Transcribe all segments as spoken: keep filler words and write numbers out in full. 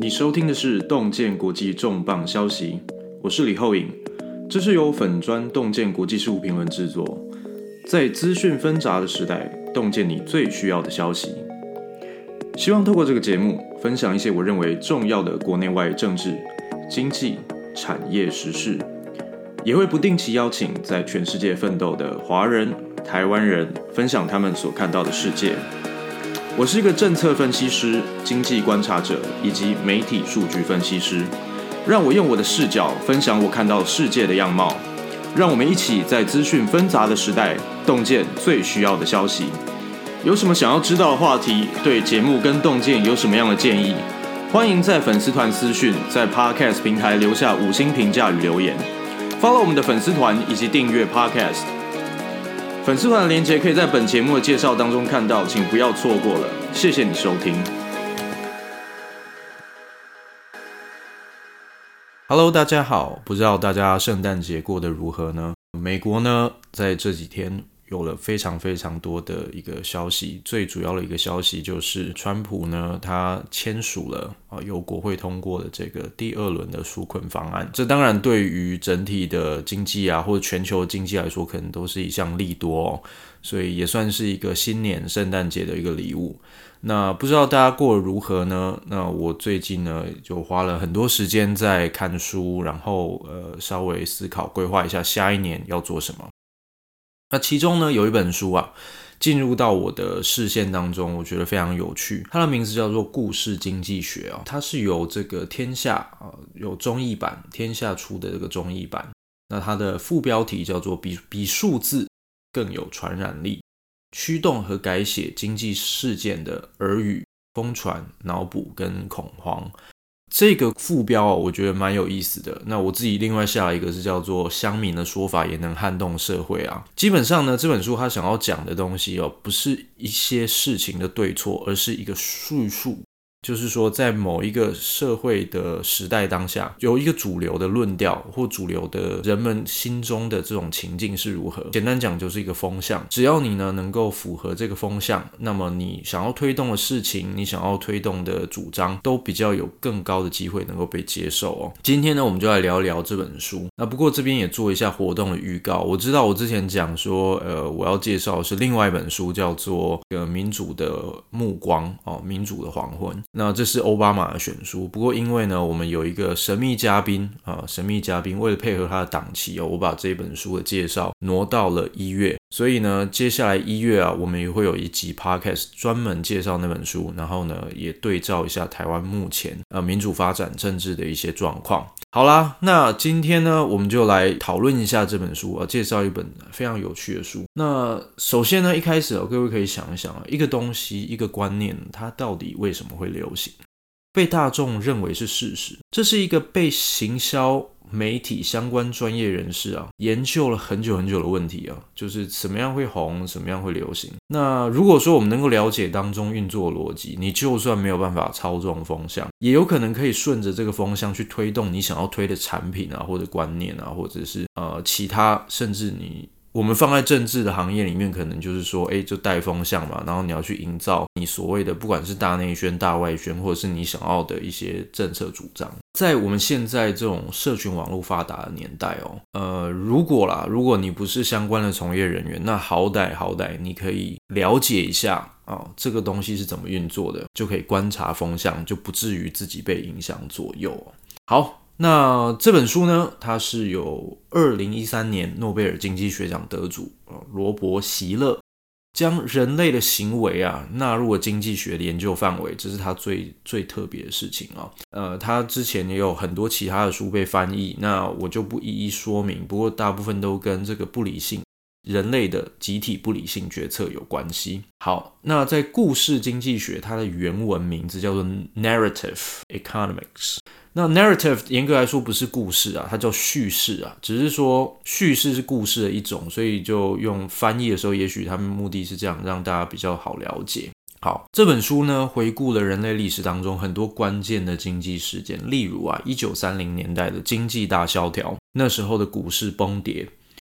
你收听的是洞见国际重磅消息，我是李厚颖，这是由粉专洞见国际事务评论制作。在资讯纷杂的时代，洞见你最需要的消息。希望透过这个节目，分享一些我认为重要的国内外政治、经济、产业时事，也会不定期邀请在全世界奋斗的华人、台湾人，分享他们所看到的世界。我是一个政策分析师、经济观察者以及媒体数据分析师，让我用我的视角分享我看到世界的样貌，让我们一起在资讯纷杂的时代，洞见最需要的消息。有什么想要知道的话题，对节目跟洞见有什么样的建议，欢迎在粉丝团私讯，在 Podcast 平台留下五星评价与留言。follow 我们的粉丝团以及订阅 Podcast。粉丝团的连结可以在本节目的介绍当中看到，请不要错过了。谢谢你收听。Hello， 大家好，不知道大家圣诞节过得如何呢？美国呢，在这几天有了非常非常多的一个消息，最主要的一个消息就是川普呢，他签署了、啊、由国会通过的这个第二轮的纾困方案。这当然对于整体的经济啊，或者全球的经济来说，可能都是一项利多哦，所以也算是一个新年圣诞节的一个礼物。那不知道大家过得如何呢？那我最近呢，就花了很多时间在看书，然后呃稍微思考规划一下下一年要做什么。那其中呢，有一本书啊，进入到我的视线当中，我觉得非常有趣。它的名字叫做《故事经济学》啊，它是由这个天下啊有中译版，天下出的这个中译版。那它的副标题叫做比比数字更有传染力，驱动和改写经济事件的耳语、疯传、脑补跟恐慌。这个副标、哦、我觉得蛮有意思的。那我自己另外下了一个是叫做乡民的说法也能撼动社会啊。基本上呢，这本书它想要讲的东西哦，不是一些事情的对错，而是一个叙述。就是说在某一个社会的时代当下，有一个主流的论调或主流的人们心中的这种情境是如何。简单讲就是一个风向，只要你呢能够符合这个风向，那么你想要推动的事情，你想要推动的主张都比较有更高的机会能够被接受哦。今天呢我们就来聊聊这本书。那不过这边也做一下活动的预告。我知道我之前讲说呃，我要介绍的是另外一本书，叫做、呃、民主的目光、哦、民主的黄昏。那这是奥巴马的选书，不过因为呢，我们有一个神秘嘉宾啊，神秘嘉宾为了配合他的档期哦，我把这本书的介绍挪到了一月，所以呢，接下来一月啊，我们也会有一集 podcast 专门介绍那本书，然后呢，也对照一下台湾目前呃民主发展政治的一些状况。好啦，那今天呢，我们就来讨论一下这本书啊，介绍一本非常有趣的书。那首先呢，一开始、哦、各位可以想一想啊，一个东西、一个观念，它到底为什么会流行？被大众认为是事实，这是一个被行销媒体相关专业人士啊研究了很久很久的问题啊，就是怎么样会红，怎么样会流行。那如果说我们能够了解当中运作的逻辑，你就算没有办法操纵风向，也有可能可以顺着这个风向去推动你想要推的产品啊，或者观念啊，或者是呃其他，甚至你我们放在政治的行业里面，可能就是说诶就带风向嘛，然后你要去营造你所谓的不管是大内宣、大外宣，或者是你想要的一些政策主张。在我们现在这种社群网络发达的年代哦，呃，如果啦，如果你不是相关的从业人员，那好歹好歹你可以了解一下哦，这个东西是怎么运作的，就可以观察风向，就不至于自己被影响左右哦。好。那这本书呢，它是由二零一三年诺贝尔经济学奖得主罗伯·席勒将人类的行为啊纳入了经济学的研究范围，这是他最最特别的事情啊。呃，他之前也有很多其他的书被翻译，那我就不一一说明，不过大部分都跟这个不理性人类的集体不理性决策有关系。好，那在故事经济学，它的原文名字叫做 Narrative Economics。那 narrative 严格来说不是故事啊，它叫叙事啊，只是说叙事是故事的一种，所以就用翻译的时候，也许他们目的是这样，让大家比较好了解。好，这本书呢回顾了人类历史当中很多关键的经济事件，例如啊一九三零年代的经济大萧条，那时候的股市崩跌，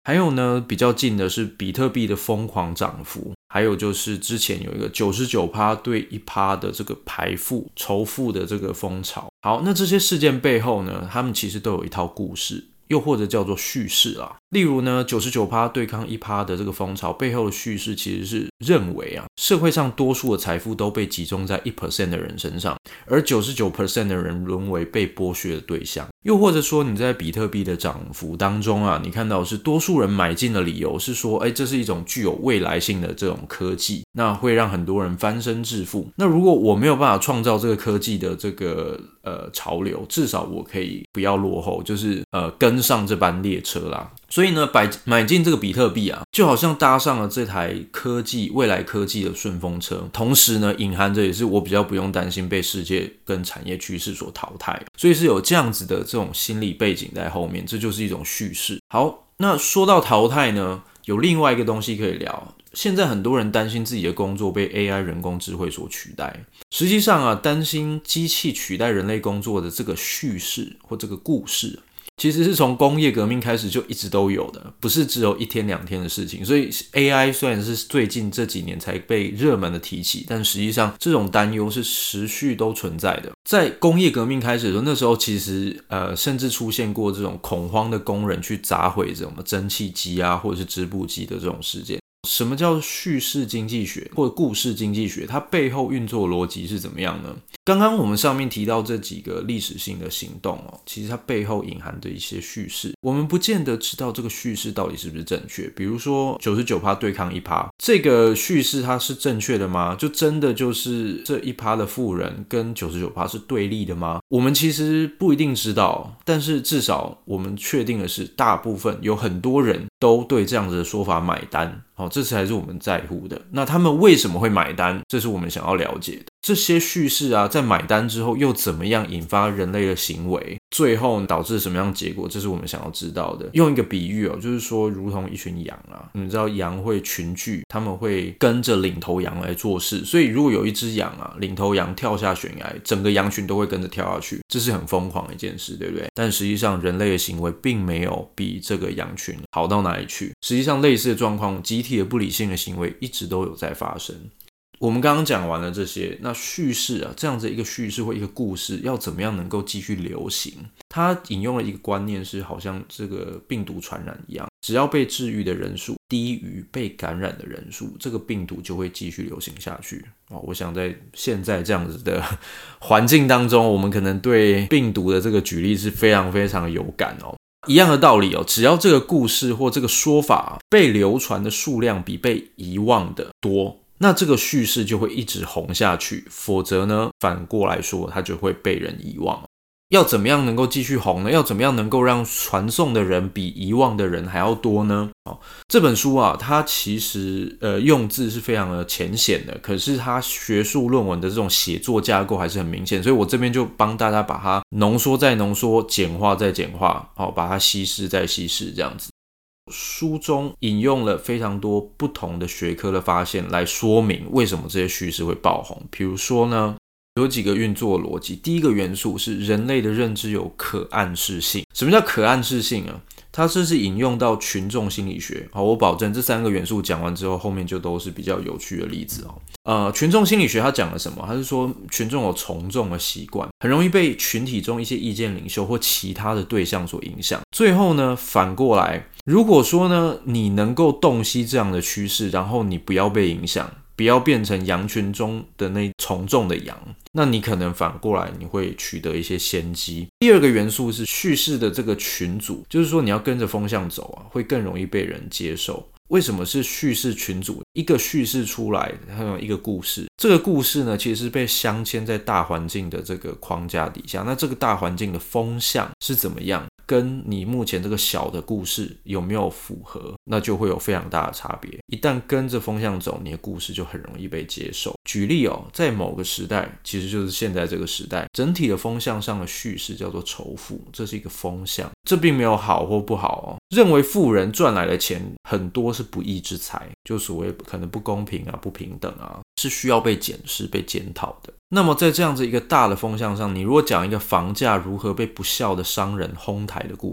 还有呢，比较近的是比特币的疯狂涨幅，还有就是之前有一个 百分之九十九 对 百分之一 的这个排富仇富的这个风潮。好，那这些事件背后呢，他们其实都有一套故事，又或者叫做叙事啦。例如呢 百分之九十九 对抗 百分之一 的这个风潮背后的叙事其实是认为啊，社会上多数的财富都被集中在 百分之一 的人身上，而 百分之九十九 的人沦为被剥削的对象。又或者说你在比特币的涨幅当中啊，你看到是多数人买进的理由是说，哎，这是一种具有未来性的这种科技，那会让很多人翻身致富。那如果我没有办法创造这个科技的这个呃潮流，至少我可以不要落后，就是呃跟上这班列车啦。所以呢，买买进这个比特币啊，就好像搭上了这台科技未来科技的顺风车，同时呢，隐含着也是我比较不用担心被世界跟产业趋势所淘汰，所以是有这样子的这种心理背景在后面，这就是一种叙事。好，那说到淘汰呢，有另外一个东西可以聊。现在很多人担心自己的工作被 A I 人工智慧所取代，实际上啊，担心机器取代人类工作的这个叙事或这个故事，其实是从工业革命开始就一直都有的，不是只有一天两天的事情。所以 A I 虽然是最近这几年才被热门的提起，但实际上这种担忧是持续都存在的。在工业革命开始的时候，那时候其实呃甚至出现过这种恐慌的工人去砸毁这种蒸汽机啊，或者是织布机的这种事件。什么叫叙事经济学或者故事经济学？它背后运作逻辑是怎么样呢？刚刚我们上面提到这几个历史性的行动哦，其实它背后隐含的一些叙事，我们不见得知道这个叙事到底是不是正确。比如说 百分之九十九 对抗 百分之一， 这个叙事它是正确的吗？就真的就是这 百分之一 的富人跟 百分之九十九 是对立的吗？我们其实不一定知道，但是至少我们确定的是，大部分有很多人都对这样子的说法买单。好，这才是我们在乎的。那他们为什么会买单？这是我们想要了解的。这些叙事啊，在买单之后又怎么样引发人类的行为，最后导致什么样的结果，这是我们想要知道的。用一个比喻哦，就是说如同一群羊啊，你们知道羊会群聚，他们会跟着领头羊来做事，所以如果有一只羊啊，领头羊跳下悬崖，整个羊群都会跟着跳下去，这是很疯狂的一件事，对不对？但实际上人类的行为并没有比这个羊群好到哪里去，实际上类似的状况，集体的不理性的行为一直都有在发生。我们刚刚讲完了这些，那叙事啊，这样子一个叙事或一个故事要怎么样能够继续流行？他引用了一个观念是好像这个病毒传染一样，只要被治愈的人数低于被感染的人数，这个病毒就会继续流行下去。我想在现在这样子的环境当中，我们可能对病毒的这个举例是非常非常有感哦。一样的道理哦，只要这个故事或这个说法被流传的数量比被遗忘的多，那这个叙事就会一直红下去，否则呢，反过来说，它就会被人遗忘。要怎么样能够继续红呢？要怎么样能够让传颂的人比遗忘的人还要多呢？哦，这本书啊，它其实呃用字是非常的浅显的，可是它学术论文的这种写作架构还是很明显，所以我这边就帮大家把它浓缩再浓缩，简化再简化，哦，把它稀释再稀释，这样子。书中引用了非常多不同的学科的发现来说明为什么这些叙事会爆红。比如说呢，有几个运作逻辑。第一个元素是人类的认知有可暗示性。什么叫可暗示性啊？它这是引用到群众心理学。好，我保证这三个元素讲完之后，后面就都是比较有趣的例子哦。呃，群众心理学它讲了什么？它是说群众有从众的习惯，很容易被群体中一些意见领袖或其他的对象所影响。最后呢，反过来，如果说呢，你能够洞悉这样的趋势，然后你不要被影响，不要变成羊群中的那从众的羊，那你可能反过来你会取得一些先机。第二个元素是叙事的这个群组，就是说你要跟着风向走啊，会更容易被人接受。为什么是叙事群组？一个叙事出来，它有一个故事，这个故事呢，其实是被镶嵌在大环境的这个框架底下。那这个大环境的风向是怎么样，跟你目前这个小的故事有没有符合，那就会有非常大的差别。一旦跟着风向走，你的故事就很容易被接受。举例哦，在某个时代，其实就是现在这个时代，整体的风向上的叙事叫做仇富，这是一个风向，这并没有好或不好哦。认为富人赚来的钱很多是不义之财，就所谓可能不公平啊、不平等啊，是需要被检视、被检讨的。那么在这样子一个大的风向上，你如果讲一个房价如何被不孝的商人哄抬的故事，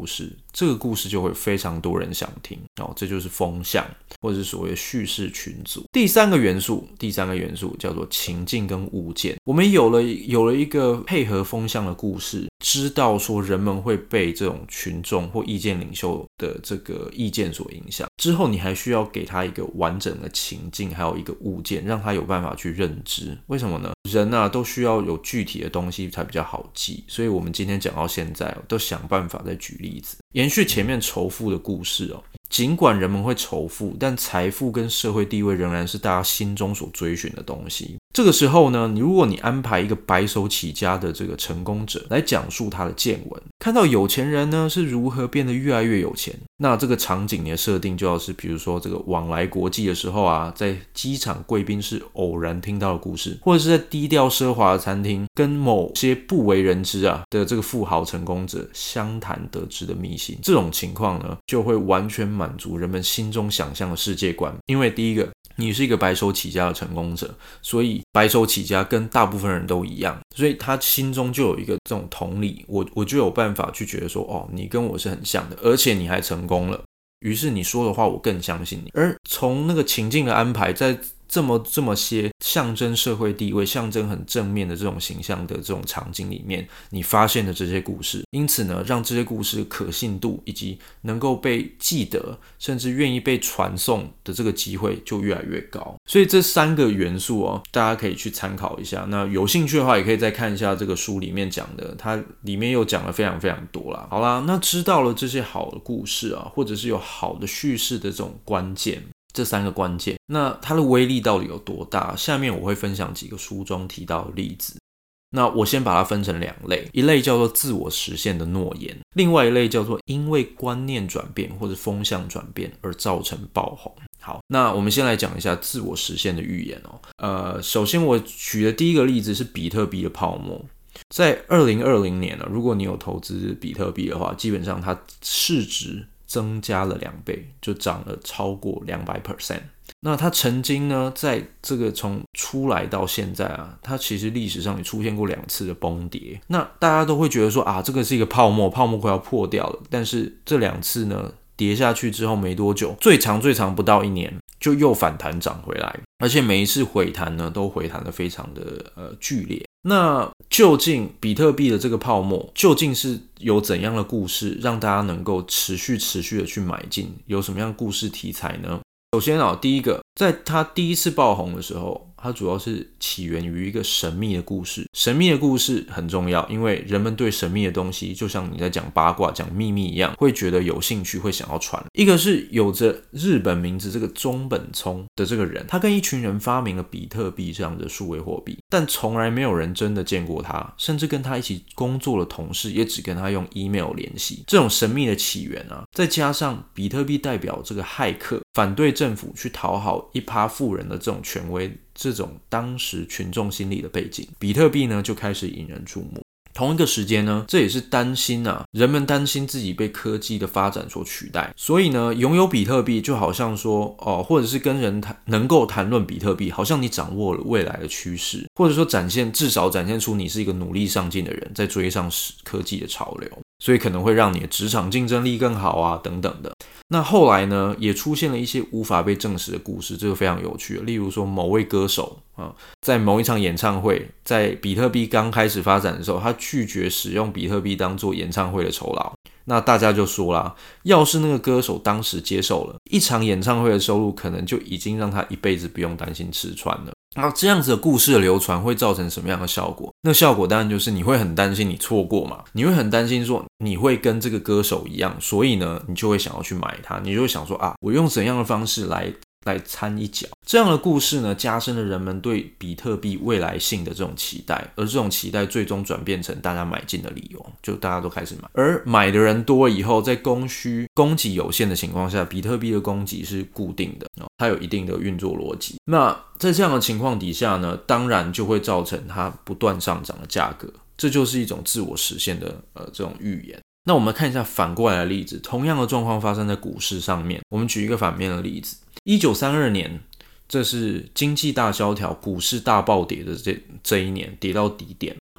这个故事就会非常多人想听哦，这就是风向或者是所谓的叙事群组。第三个元素，第三个元素叫做情境跟物件。我们有了有了一个配合风向的故事，知道说人们会被这种群众或意见领袖的这个意见所影响之后，你还需要给他一个完整的情境，还有一个物件，让他有办法去认知。为什么呢？人啊都需要有具体的东西才比较好记，所以我们今天讲到现在都想办法再举例子，延续前面仇富的故事哦。尽管人们会仇富，但财富跟社会地位仍然是大家心中所追寻的东西。这个时候呢，你如果你安排一个白手起家的这个成功者来讲述他的见闻，看到有钱人呢是如何变得越来越有钱，那这个场景你的设定就要是比如说这个往来国际的时候啊，在机场贵宾室偶然听到的故事，或者是在低调奢华的餐厅跟某些不为人知啊的这个富豪成功者相谈得知的秘辛。这种情况呢就会完全满足人们心中想象的世界观。因为第一个，你是一个白手起家的成功者，所以白手起家跟大部分人都一样，所以他心中就有一个这种同理，我我就有办法去觉得说，哦，你跟我是很像的，而且你还成功了，于是你说的话我更相信你。而从那个情境的安排，在这么这么些象征社会地位、象征很正面的这种形象的这种场景里面，你发现的这些故事，因此呢，让这些故事可信度以及能够被记得，甚至愿意被传颂的这个机会就越来越高。所以这三个元素哦，大家可以去参考一下。那有兴趣的话，也可以再看一下这个书里面讲的，它里面又讲了非常非常多啦。好啦，那知道了这些好的故事啊，或者是有好的叙事的这种关键。这三个关键，那它的威力到底有多大？下面我会分享几个书中提到的例子。那我先把它分成两类，一类叫做自我实现的诺言，另外一类叫做因为观念转变或者风向转变而造成爆红。好，那我们先来讲一下自我实现的预言哦。呃，首先我举的第一个例子是比特币的泡沫。在二零二零年呢，如果你有投资比特币的话，基本上它市值增加了两倍，就涨了超过 百分之两百。 那它曾经呢，在这个从出来到现在啊，它其实历史上也出现过两次的崩跌。那大家都会觉得说啊，这个是一个泡沫，泡沫快要破掉了。但是这两次呢，跌下去之后没多久，最长最长不到一年，就又反弹涨回来。而且每一次回弹呢，都回弹得非常的呃剧烈。那究竟比特币的这个泡沫究竟是有怎样的故事让大家能够持续持续的去买进？有什么样的故事题材呢？首先啊，第一个，在它第一次爆红的时候，它主要是起源于一个神秘的故事。神秘的故事很重要，因为人们对神秘的东西，就像你在讲八卦、讲秘密一样，会觉得有兴趣，会想要传。一个是有着日本名字这个中本聪的这个人，他跟一群人发明了比特币这样的数位货币，但从来没有人真的见过他，甚至跟他一起工作的同事也只跟他用 email 联系。这种神秘的起源啊，再加上比特币代表这个骇客反对政府去讨好一趴富人的这种权威，这种当时群众心理的背景，比特币呢就开始引人注目。同一个时间呢，这也是担心啊，人们担心自己被科技的发展所取代，所以呢，拥有比特币就好像说，哦，或者是跟人谈能够谈论比特币，好像你掌握了未来的趋势，或者说展现至少展现出你是一个努力上进的人，在追上科技的潮流，所以可能会让你的职场竞争力更好啊，等等的。那后来呢，也出现了一些无法被证实的故事，这个非常有趣。例如说，某位歌手啊，在某一场演唱会，在比特币刚开始发展的时候，他拒绝使用比特币当做演唱会的酬劳。那大家就说啦，要是那个歌手当时接受了，一场演唱会的收入可能就已经让他一辈子不用担心吃穿了。那这样子的故事的流传会造成什么样的效果？那效果当然就是你会很担心你错过嘛，你会很担心说你会跟这个歌手一样，所以呢，你就会想要去买它，你就会想说啊，我用怎样的方式来来掺一脚。这样的故事呢，加深了人们对比特币未来性的这种期待，而这种期待最终转变成大家买进的理由，就大家都开始买。而买的人多以后，在供需供给有限的情况下，比特币的供给是固定的，它有一定的运作逻辑。那在这样的情况底下呢，当然就会造成它不断上涨的价格，这就是一种自我实现的呃这种预言。那我们看一下反过来的例子，同样的状况发生在股市上面。我们举一个反面的例子，一九三二年，这是经济大萧条、股市大暴跌的 这, 这一年，跌到低点。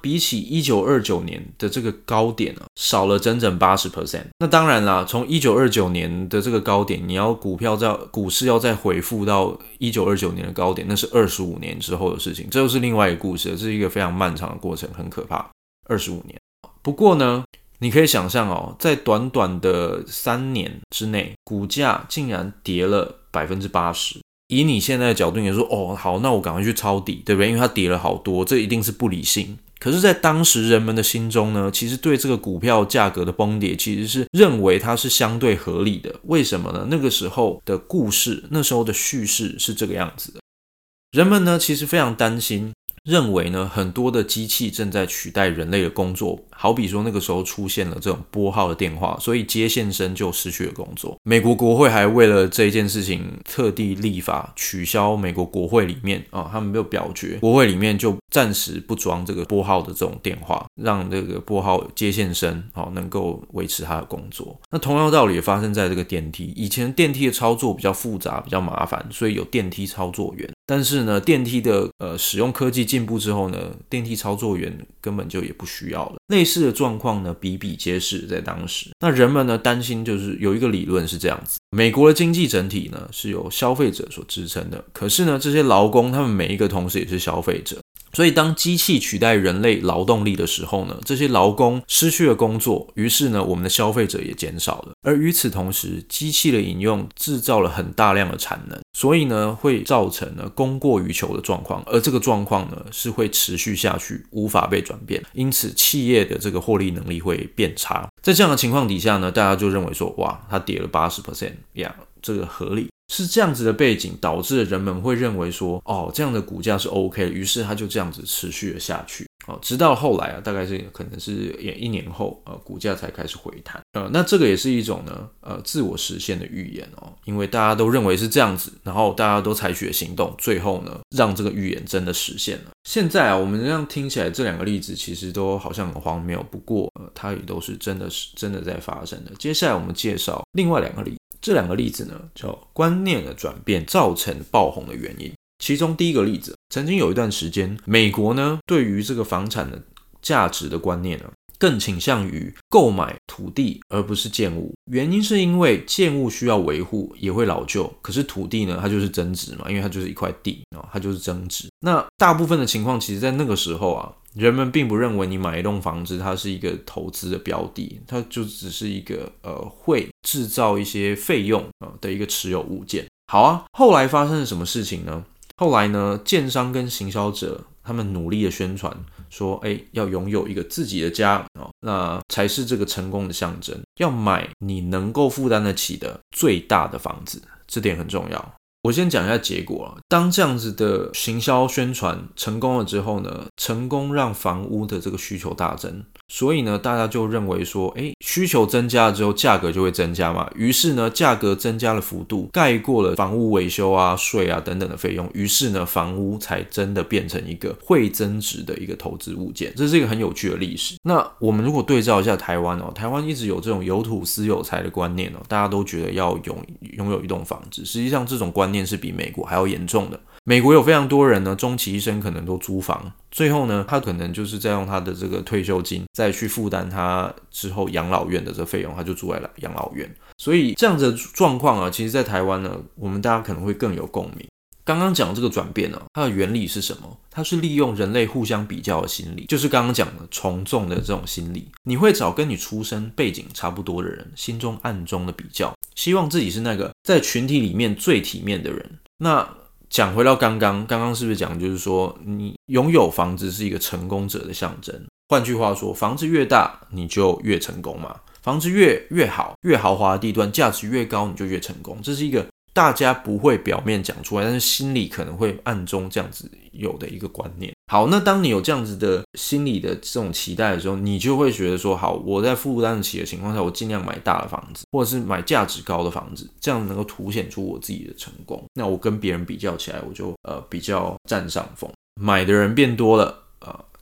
比起一九二九年的这个高点啊，少了整整 百分之八十。 那当然啦，从一九二九年的这个高点，你要股票在股市要再回复到一九二九年的高点，那是二十五年之后的事情，这又是另外一个故事，这是一个非常漫长的过程，很可怕。二十五年。不过呢，你可以想象哦，在短短的三年之内，股价竟然跌了 百分之八十。以你现在的角度，你说哦好，那我赶快去抄底，对不对？因为它跌了好多，这一定是不理性。可是在当时人们的心中呢，其实对这个股票价格的崩跌其实是认为它是相对合理的。为什么呢？那个时候的故事，那时候的叙事是这个样子的。人们呢其实非常担心，认为呢很多的机器正在取代人类的工作，好比说那个时候出现了这种拨号的电话，所以接线生就失去了工作。美国国会还为了这一件事情特地立法，取消美国国会里面啊、哦，他们没有表决，国会里面就暂时不装这个拨号的这种电话，让这个拨号接线生、哦、能够维持他的工作。那同样的道理也发生在这个电梯，以前电梯的操作比较复杂，比较麻烦，所以有电梯操作员。但是呢，电梯的呃使用科技进步之后呢，电梯操作员根本就也不需要了。类似的状况呢比比皆是，在当时。那人们呢担心，就是有一个理论是这样子，美国的经济整体呢是由消费者所支撑的，可是呢这些劳工他们每一个同时也是消费者。所以当机器取代人类劳动力的时候呢，这些劳工失去了工作，于是呢我们的消费者也减少了。而与此同时，机器的引用制造了很大量的产能，所以呢会造成呢供过于求的状况，而这个状况呢是会持续下去，无法被转变，因此企业的这个获利能力会变差。在这样的情况底下呢，大家就认为说哇，它跌了 百分之八十 呀，这个合理。是这样子的背景导致人们会认为说哦，这样的股价是 OK 的，于是它就这样子持续了下去。哦，直到后来啊，大概是可能是一年后，呃，股价才开始回弹。呃，那这个也是一种呢，呃，自我实现的预言哦，因为大家都认为是这样子，然后大家都采取了行动，最后呢，让这个预言真的实现了。现在啊，我们这样听起来，这两个例子其实都好像很荒谬，不过呃，它也都是真的是真的在发生的。接下来我们介绍另外两个例子。这两个例子呢，叫观念的转变造成爆红的原因。其中第一个例子，曾经有一段时间，美国呢对于这个房产的价值的观念呢，更倾向于购买土地而不是建物。原因是因为建物需要维护，也会老旧，可是土地呢，它就是增值嘛，因为它就是一块地，它就是增值。那大部分的情况，其实在那个时候啊，人们并不认为你买一栋房子它是一个投资的标的，它就只是一个呃会制造一些费用、呃、的一个持有物件。好啊，后来发生了什么事情呢？后来呢，建商跟行销者他们努力的宣传说，哎，要拥有一个自己的家、哦、那才是这个成功的象征。要买你能够负担得起的最大的房子，这点很重要。我先讲一下结果啊。当这样子的行销宣传成功了之后呢，成功让房屋的这个需求大增，所以呢，大家就认为说，诶，需求增加了之后，价格就会增加嘛。于是呢，价格增加的幅度盖过了房屋维修啊、税啊等等的费用，于是呢，房屋才真的变成一个会增值的一个投资物件。这是一个很有趣的历史。那我们如果对照一下台湾哦，台湾一直有这种有土私有财的观念哦，大家都觉得要拥拥有一栋房子，实际上这种观念是比美国还要严重的。美国有非常多人呢，终其一生可能都租房，最后呢，他可能就是在用他的这个退休金再去负担他之后养老院的这费用，他就住在养老院。所以这样子的状况啊，其实在台湾呢，我们大家可能会更有共鸣。刚刚讲这个转变呢，它的原理是什么？它是利用人类互相比较的心理，就是刚刚讲的从众的这种心理。你会找跟你出身背景差不多的人，心中暗中的比较，希望自己是那个在群体里面最体面的人。那讲回到刚刚，刚刚是不是讲就是说，你拥有房子是一个成功者的象征？换句话说，房子越大，你就越成功嘛。房子越越好，越豪华的地段，价值越高，你就越成功。这是一个大家不会表面讲出来，但是心里可能会暗中这样子有的一个观念。好，那当你有这样子的心理的这种期待的时候，你就会觉得说，好，我在负担得起的情况下，我尽量买大的房子，或者是买价值高的房子，这样能够凸显出我自己的成功。那我跟别人比较起来，我就呃比较占上风。买的人变多了，呃，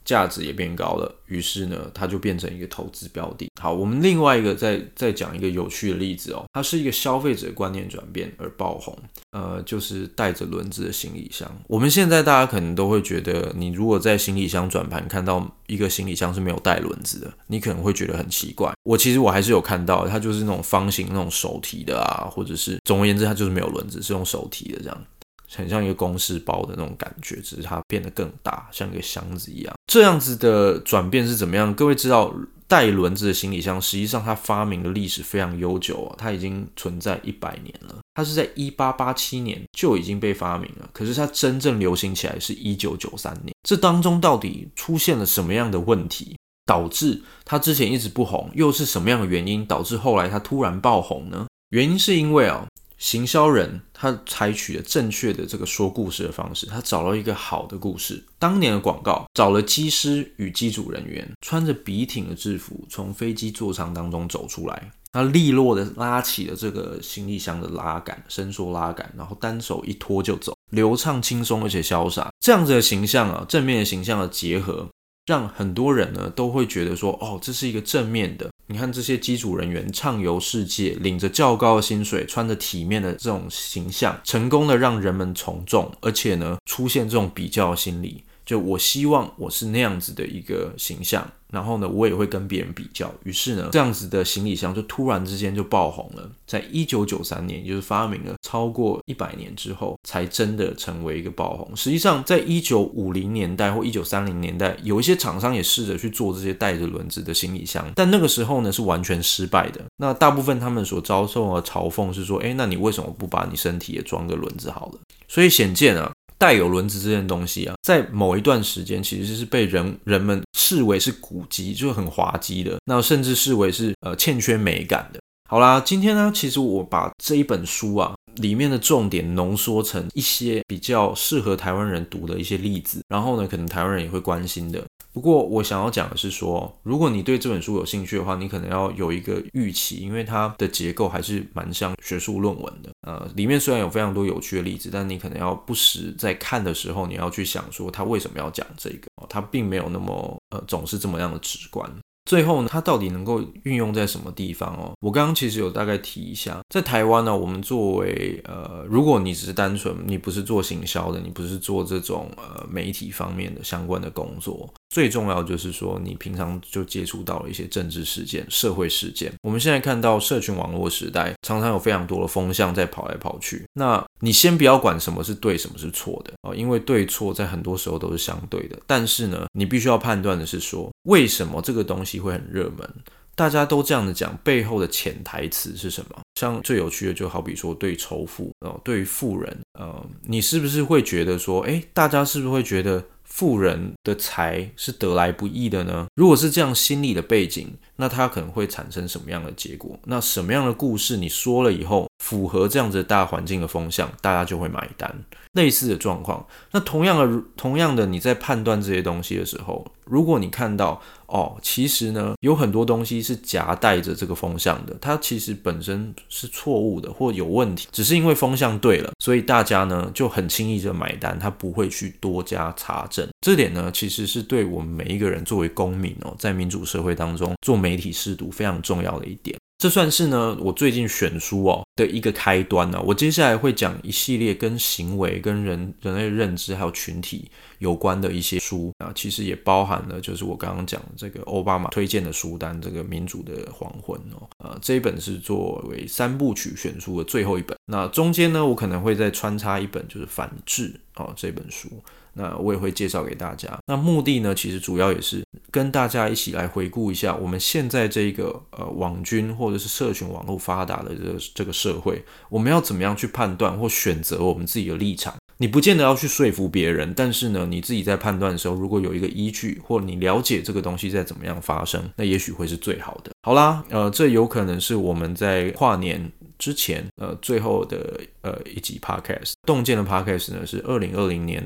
价值也变高了，于是呢它就变成一个投资标的。好，我们另外一个再再讲一个有趣的例子哦，它是一个消费者观念转变而爆红，呃，就是带着轮子的行李箱。我们现在大家可能都会觉得，你如果在行李箱转盘看到一个行李箱是没有带轮子的，你可能会觉得很奇怪。我其实我还是有看到，它就是那种方形那种手提的啊，或者是总而言之它就是没有轮子，是用手提的这样。很像一个公事包的那种感觉，只是它变得更大，像一个箱子一样。这样子的转变是怎么样？各位知道带轮子的行李箱，实际上它发明的历史非常悠久哦，它已经存在一百年了。它是在一八八七年就已经被发明了，可是它真正流行起来是一九九三年。这当中到底出现了什么样的问题，导致它之前一直不红？又是什么样的原因导致后来它突然爆红呢？原因是因为哦，行销人他采取了正确的这个说故事的方式，他找了一个好的故事。当年的广告找了机师与机组人员穿着笔挺的制服从飞机座舱当中走出来，他利落的拉起了这个行李箱的拉杆，伸缩拉杆，然后单手一拖就走，流畅轻松而且潇洒。这样子的形象啊，正面的形象的结合，让很多人呢都会觉得说，哦，这是一个正面的。你看这些机组人员畅游世界，领着较高的薪水，穿着体面的这种形象，成功的让人们从众，而且呢出现这种比较心理，就我希望我是那样子的一个形象，然后呢我也会跟别人比较，于是呢这样子的行李箱就突然之间就爆红了。在一九九三年，也就是发明了超过一百年之后，才真的成为一个爆红。实际上在一九五零年代或一九三零年代，有一些厂商也试着去做这些带着轮子的行李箱，但那个时候呢是完全失败的。那大部分他们所遭受的嘲讽是说，诶，那你为什么不把你身体也装个轮子好了？所以显见啊，带有轮子这件东西啊，在某一段时间其实是被人人们视为是古迹，就是很滑稽的，那甚至视为是呃欠缺美感的。好啦，今天呢，其实我把这一本书啊里面的重点浓缩成一些比较适合台湾人读的一些例子，然后呢，可能台湾人也会关心的。不过我想要讲的是说，如果你对这本书有兴趣的话，你可能要有一个预期，因为它的结构还是蛮像学术论文的。呃，里面虽然有非常多有趣的例子，但你可能要不时在看的时候，你要去想说他为什么要讲这个，他并没有那么呃总是这么样的直观。最后呢，它到底能够运用在什么地方哦？我刚刚其实有大概提一下，在台湾呢，我们作为呃，如果你只是单纯你不是做行销的，你不是做这种呃媒体方面的相关的工作，最重要就是说你平常就接触到了一些政治事件、社会事件。我们现在看到社群网络时代，常常有非常多的风向在跑来跑去。那你先不要管什么是对，什么是错的哦，因为对错在很多时候都是相对的。但是呢，你必须要判断的是说，为什么这个东西会很热门？大家都这样子讲，背后的潜台词是什么？像最有趣的就好比说对仇富、哦、对于富人，呃，你是不是会觉得说，诶，大家是不是会觉得富人的财是得来不易的呢？如果是这样心理的背景，那它可能会产生什么样的结果？那什么样的故事你说了以后，符合这样子的大环境的风向，大家就会买单。类似的状况，那同样的，同样的，你在判断这些东西的时候，如果你看到哦，其实呢，有很多东西是夹带着这个风向的，它其实本身是错误的或有问题，只是因为风向对了，所以大家呢就很轻易就买单，他不会去多加查证。这点呢，其实是对我们每一个人作为公民哦，在民主社会当中做媒体识读非常重要的一点。这算是呢我最近选书哦的一个开端啊。我接下来会讲一系列跟行为、跟人人类认知还有群体有关的一些书啊，其实也包含了就是我刚刚讲的这个奥巴马推荐的书单，这个民主的黄昏哦，呃，这一本是作为三部曲选书的最后一本。那中间呢，我可能会再穿插一本就是反制哦这本书。那我也会介绍给大家。那目的呢，其实主要也是跟大家一起来回顾一下我们现在这个呃网军或者是社群网络发达的这个这个社会，我们要怎么样去判断或选择我们自己的立场。你不见得要去说服别人，但是呢，你自己在判断的时候，如果有一个依据，或你了解这个东西在怎么样发生，那也许会是最好的。好啦，呃，这有可能是我们在跨年之前呃最后的呃一集 podcast。洞见的 podcast 呢是二零二零年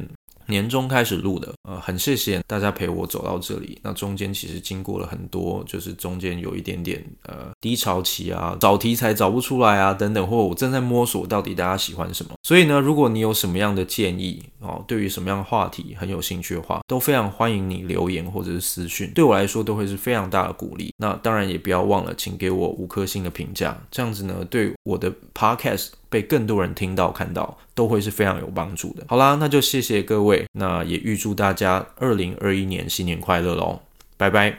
年中开始录的，呃，很谢谢大家陪我走到这里。那中间其实经过了很多，就是中间有一点点呃低潮期啊，找题材找不出来啊等等，或者我正在摸索到底大家喜欢什么。所以呢，如果你有什么样的建议哦，对于什么样的话题很有兴趣的话，都非常欢迎你留言或者是私讯，对我来说都会是非常大的鼓励。那当然也不要忘了，请给我五颗星的评价，这样子呢，对我的 podcast 被更多人听到看到都会是非常有帮助的。好啦，那就谢谢各位，那也预祝大家二零二一年新年快乐咯，拜拜。